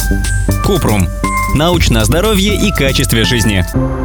Купрум. Научное здоровье и качестве жизни.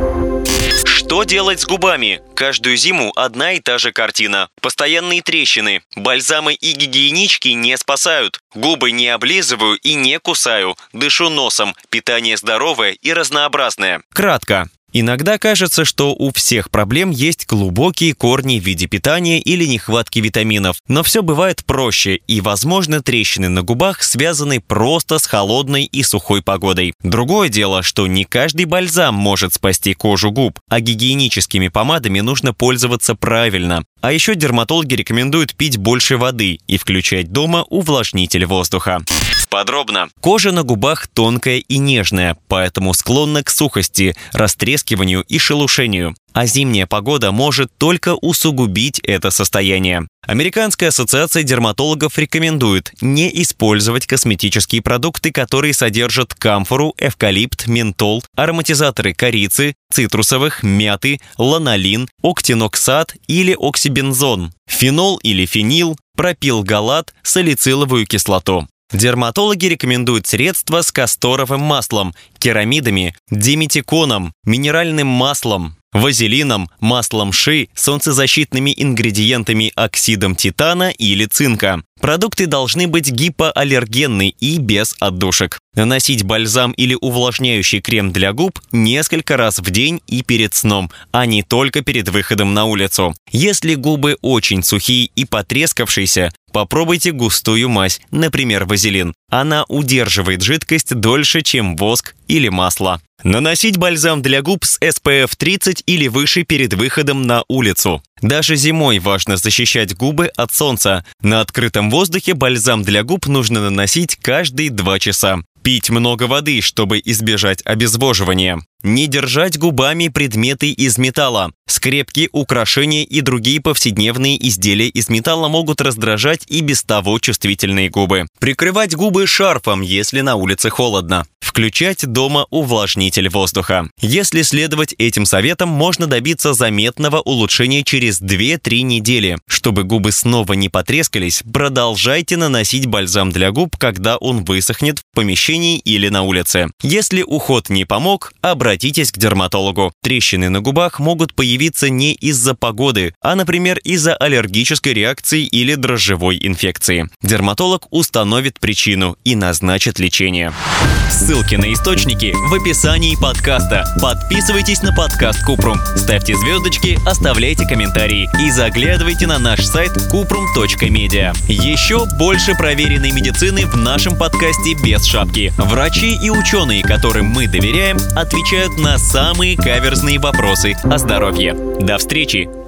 Что делать с губами? Каждую зиму одна и та же картина. Постоянные трещины. Бальзамы и гигиенички не спасают. Губы не облизываю и не кусаю. Дышу носом. Питание здоровое и разнообразное. Кратко. Иногда кажется, что у всех проблем есть глубокие корни в виде питания или нехватки витаминов. Но все бывает проще, и, возможно, трещины на губах связаны просто с холодной и сухой погодой. Другое дело, что не каждый бальзам может спасти кожу губ, а гигиеническими помадами нужно пользоваться правильно. А еще дерматологи рекомендуют пить больше воды и включать дома увлажнитель воздуха. Подробно. Кожа на губах тонкая и нежная, поэтому склонна к сухости, растрескиванию и шелушению. А зимняя погода может только усугубить это состояние. Американская ассоциация дерматологов рекомендует не использовать косметические продукты, которые содержат камфору, эвкалипт, ментол, ароматизаторы корицы, цитрусовых, мяты, ланолин, октиноксат или оксибензон, фенол или фенил, пропилгалат, салициловую кислоту. Дерматологи рекомендуют средства с касторовым маслом, керамидами, диметиконом, минеральным маслом, вазелином, маслом ши, солнцезащитными ингредиентами оксидом титана или цинка. Продукты должны быть гипоаллергенны и без отдушек. Наносить бальзам или увлажняющий крем для губ несколько раз в день и перед сном, а не только перед выходом на улицу. Если губы очень сухие и потрескавшиеся, попробуйте густую мазь, например, вазелин. Она удерживает жидкость дольше, чем воск или масло. Наносить бальзам для губ с SPF 30 или выше перед выходом на улицу. Даже зимой важно защищать губы от солнца. На открытом воздухе бальзам для губ нужно наносить каждые 2 часа. Пить много воды, чтобы избежать обезвоживания. Не держать губами предметы из металла. Скрепки, украшения и другие повседневные изделия из металла могут раздражать и без того чувствительные губы. Прикрывать губы шарфом, если на улице холодно. Включать дома увлажнитель воздуха. Если следовать этим советам, можно добиться заметного улучшения через 2-3 недели. Чтобы губы снова не потрескались, продолжайте наносить бальзам для губ, когда он высохнет в помещении или на улице. Если уход не помог, обратитесь к дерматологу. Трещины на губах могут появиться не из-за погоды, а, например, из-за аллергической реакции или дрожжевой инфекции. Дерматолог установит причину и назначит лечение. Ссылки на источники в описании подкаста. Подписывайтесь на подкаст Купрум, ставьте звездочки, оставляйте комментарии и заглядывайте на наш сайт kuprum.media. Еще больше проверенной медицины в нашем подкасте без шапки. Врачи и ученые, которым мы доверяем, отвечают на самые каверзные вопросы о здоровье. До встречи!